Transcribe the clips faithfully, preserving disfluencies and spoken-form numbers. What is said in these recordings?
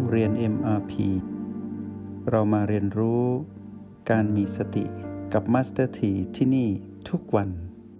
เรียน เอ็ม อาร์ พี เรามาเรียนรู้การมีสติกับ Master T ที่นี่ทุกวัน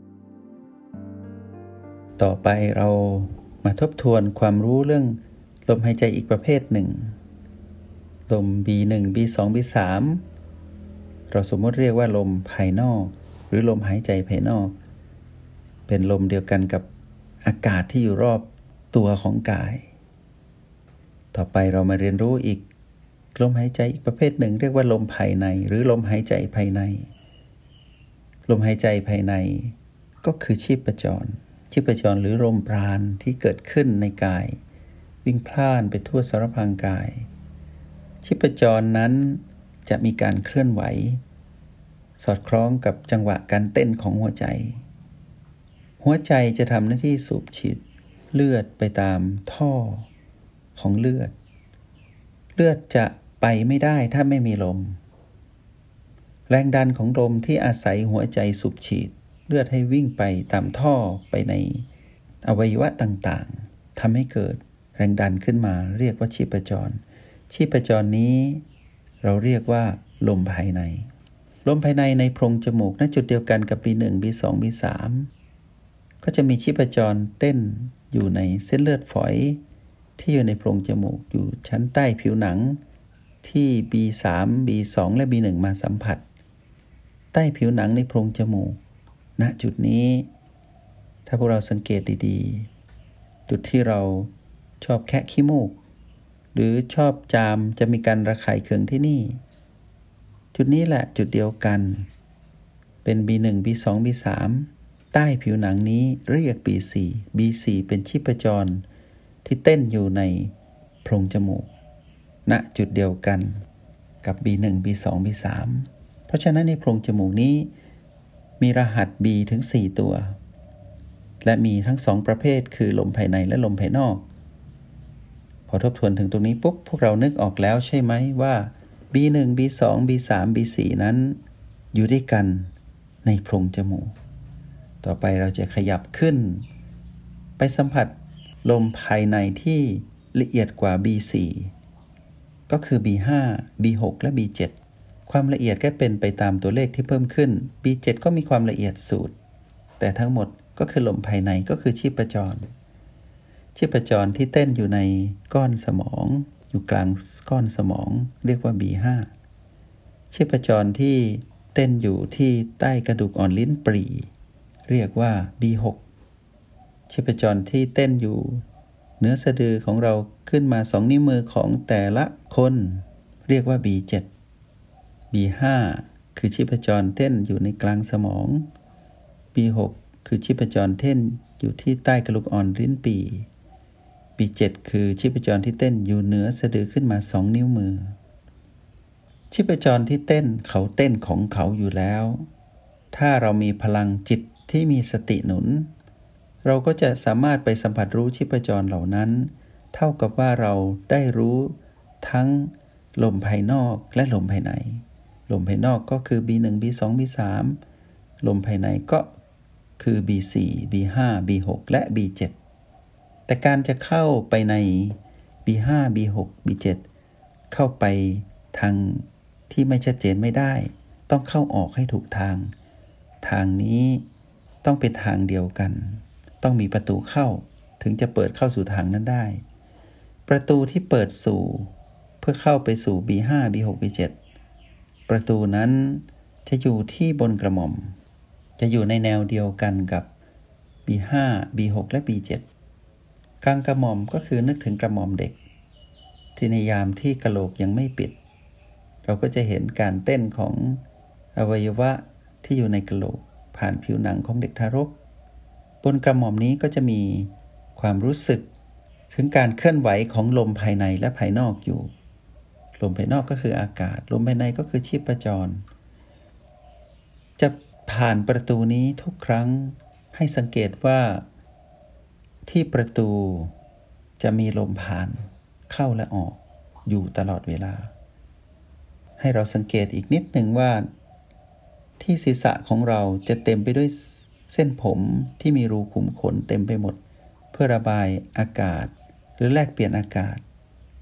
ต่อไปเรามาทบทวนความรู้เรื่องลมหายใจอีกประเภทหนึ่งลม บี หนึ่ง บี สอง บี สาม เราสมมติเรียกว่าลมภายนอกหรือลมหายใจภายนอกเป็นลมเดียวกันกับอากาศที่อยู่รอบตัวของกายต่อไปเรามาเรียนรู้อีกลมหายใจอีกประเภทหนึ่งเรียกว่าลมภายในหรือลมหายใจภายในลมหายใจภายในก็คือชีพจรชีพจรหรือลมปราณที่เกิดขึ้นในกายวิ่งพล่านไปทั่วสารพางกายชีพจรนั้นจะมีการเคลื่อนไหวสอดคล้องกับจังหวะการเต้นของหัวใจหัวใจจะทำหน้าที่สูบฉีดเลือดไปตามท่อของเลือดเลือดจะไปไม่ได้ถ้าไม่มีลมแรงดันของลมที่อาศัยหัวใจสูบฉีดเลือดให้วิ่งไปตามท่อไปในอวัยวะต่างๆทำให้เกิดแรงดันขึ้นมาเรียกว่าชีพจรชีพจรนี้เราเรียกว่าลมภายในลมภายในในโพรงจมูกณจุดเดียวกันกับ บี หนึ่ง บี สอง บี สาม ก็จะมีชีพจรเต้นอยู่ในเส้นเลือดฝอยที่อยู่ในโพรงจมูกอยู่ชั้นใต้ผิวหนังที่ บี สาม บี สอง และ บี หนึ่ง มาสัมผัสใต้ผิวหนังในโพรงจมูกณจุดนี้ถ้าพวกเราสังเกตดีๆจุดที่เราชอบแคะขี้มูกหรือชอบจามจะมีการระคายเคืองที่นี่จุดนี้แหละจุดเดียวกันเป็น บี หนึ่ง บี สอง บี สาม ใต้ผิวหนังนี้เรียก บี สี่ บี สี่ เป็นชีพจรที่เต้นอยู่ในโพรงจมูกณจุดเดียวกันกับ บี หนึ่ง บี สอง บี สาม เพราะฉะนั้นในโพรงจมูกนี้มีรหัส B ถึงสี่ตัวและมีทั้งสองประเภทคือลมภายในและลมภายนอกพอทบทวนถึงตรงนี้ปุ๊บพวกเรานึกออกแล้วใช่ไหมว่า บี หนึ่ง บี สอง บี สาม บี สี่ นั้นอยู่ด้วยกันในโพรงจมูกต่อไปเราจะขยับขึ้นไปสัมผัสลมภายในที่ละเอียดกว่า บี สี่ ก็คือ บี ห้า บี หก และ บี เจ็ด ความละเอียดก็เป็นไปตามตัวเลขที่เพิ่มขึ้น บี เจ็ด ก็มีความละเอียดสูตรแต่ทั้งหมดก็คือลมภายในก็คือชีพจรชีพจรที่เต้นอยู่ในก้อนสมองอยู่กลางก้อนสมองเรียกว่า บี ห้า ชีพจรที่เต้นอยู่ที่ใต้กระดูกอ่อนลิ้นปรีเรียกว่า บี หก ชีพจรที่เต้นอยู่เหนือสะดือของเราขึ้นมาสองนิ้วมือของแต่ละคนเรียกว่า บี เจ็ด บี ห้า คือชีพจรเต้นอยู่ในกลางสมอง บี หก คือชีพจรเต้นอยู่ที่ใต้กระดูกอ่อนลิ้นปี่ บี เจ็ด คือชีพจรที่เต้นอยู่เหนือสะดือขึ้นมาสองนิ้วมือชีพจรที่เต้นเขาเต้นของเขาอยู่แล้วถ้าเรามีพลังจิตที่มีสติหนุนเราก็จะสามารถไปสัมผัสรู้ชีพจรเหล่านั้นเท่ากับว่าเราได้รู้ทั้งลมภายนอกและลมภายในลมภายนอกก็คือ บี หนึ่ง บี สอง บี สาม ลมภายในก็คือ บี สี่ บี ห้า บี หก และ บี เจ็ด แต่การจะเข้าไปใน บี ห้า บี หก บี เจ็ด เข้าไปทางที่ไม่ชัดเจนไม่ได้ต้องเข้าออกให้ถูกทางทางนี้ต้องเป็นทางเดียวกันต้องมีประตูเข้าถึงจะเปิดเข้าสู่ทางนั้นได้ประตูที่เปิดสู่เพื่อเข้าไปสู่ บี ห้า บี หก บี เจ็ด ประตูนั้นจะอยู่ที่บนกระหม่อมจะอยู่ในแนวเดียวกันกับ บี ห้า บี หก และ บี เจ็ด กลางกระหม่อมก็คือนึกถึงกระหม่อมเด็กที่ในยามที่กะโหลกยังไม่ปิดเราก็จะเห็นการเต้นของอวัยวะที่อยู่ในกะโหลกผ่านผิวหนังของเด็กทารกบนกระหม่อมนี้ก็จะมีความรู้สึกถึงการเคลื่อนไหวของลมภายในและภายนอกอยู่ลมภายนอกก็คืออากาศลมภายในก็คือชีพจรจะผ่านประตูนี้ทุกครั้งให้สังเกตว่าที่ประตูจะมีลมผ่านเข้าและออกอยู่ตลอดเวลาให้เราสังเกตอีกนิดหนึ่งว่าที่ศีรษะของเราจะเต็มไปด้วยเส้นผมที่มีรูขุมขนเต็มไปหมดเพื่อระบายอากาศหรือแลกเปลี่ยนอากาศ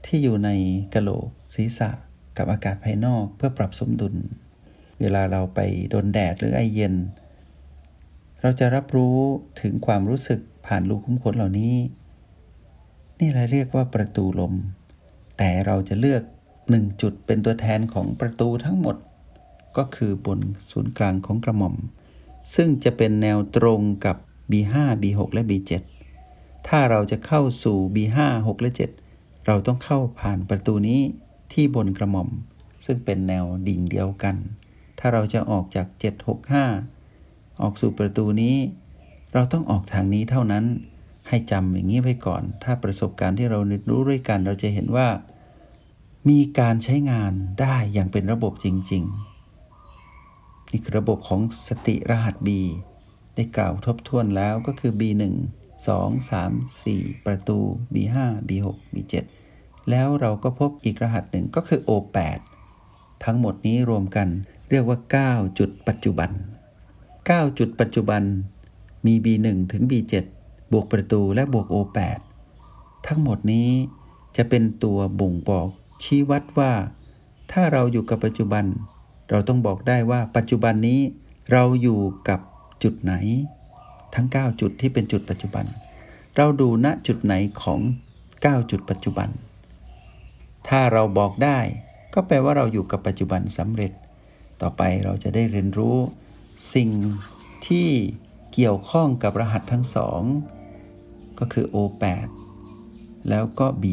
ที่อยู่ในกะโหลกศีรษะกับอากาศภายนอกเพื่อปรับสมดุลเวลาเราไปโดนแดดหรือไอเย็นเราจะรับรู้ถึงความรู้สึกผ่านรูขุมขนเหล่านี้นี่เราเรียกว่าประตูลมแต่เราจะเลือกหนึ่งจุดเป็นตัวแทนของประตูทั้งหมดก็คือบนศูนย์กลางของกระหม่อมซึ่งจะเป็นแนวตรงกับ บี ห้า บี หก และ บี เจ็ด ถ้าเราจะเข้าสู่ บี ห้า หก และ เจ็ด เราต้องเข้าผ่านประตูนี้ที่บนกระหม่อมซึ่งเป็นแนวดิ่งเดียวกันถ้าเราจะออกจากเจ็ด หก ห้าออกสู่ประตูนี้เราต้องออกทางนี้เท่านั้นให้จำอย่างนี้ไว้ก่อนถ้าประสบการณ์ที่เรารู้ด้วยกันเราจะเห็นว่ามีการใช้งานได้อย่างเป็นระบบจริงๆนี่คือระบบของสติรหัส B ได้กล่าวทบทวนแล้วก็คือ บี หนึ่ง สอง สาม สี่ ประตู บี ห้า บี หก บี เจ็ด แล้วเราก็พบอีกรหัสหนึ่งก็คือ โอ แปด ทั้งหมดนี้รวมกันเรียกว่าเก้าจุดปัจจุบันเก้าจุดปัจจุบันมี บี หนึ่ง ถึง บี เจ็ด บวกประตูและบวก โอ แปด ทั้งหมดนี้จะเป็นตัวบ่งบอกชี้วัดว่าถ้าเราอยู่กับปัจจุบันเราต้องบอกได้ว่าปัจจุบันนี้เราอยู่กับจุดไหนทั้งเก้าจุดที่เป็นจุดปัจจุบันเราดูณจุดไหนของเก้าจุดปัจจุบันถ้าเราบอกได้ก็แปลว่าเราอยู่กับปัจจุบันสำเร็จต่อไปเราจะได้เรียนรู้สิ่งที่เกี่ยวข้องกับรหัสทั้งสองก็คือ โอ แปด แล้วก็ B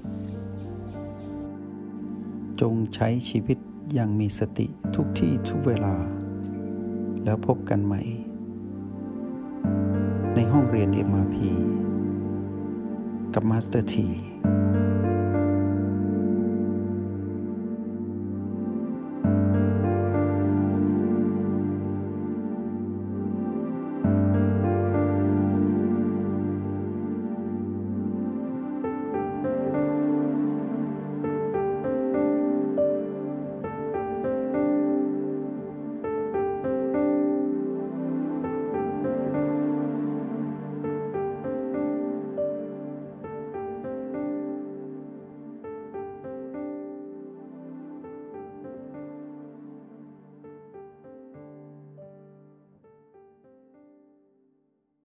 จงใช้ชีวิตอย่างมีสติทุกที่ทุกเวลาแล้วพบกันใหม่ในห้องเรียน เอ็ม อาร์ พี กับมาสเตอร์ ที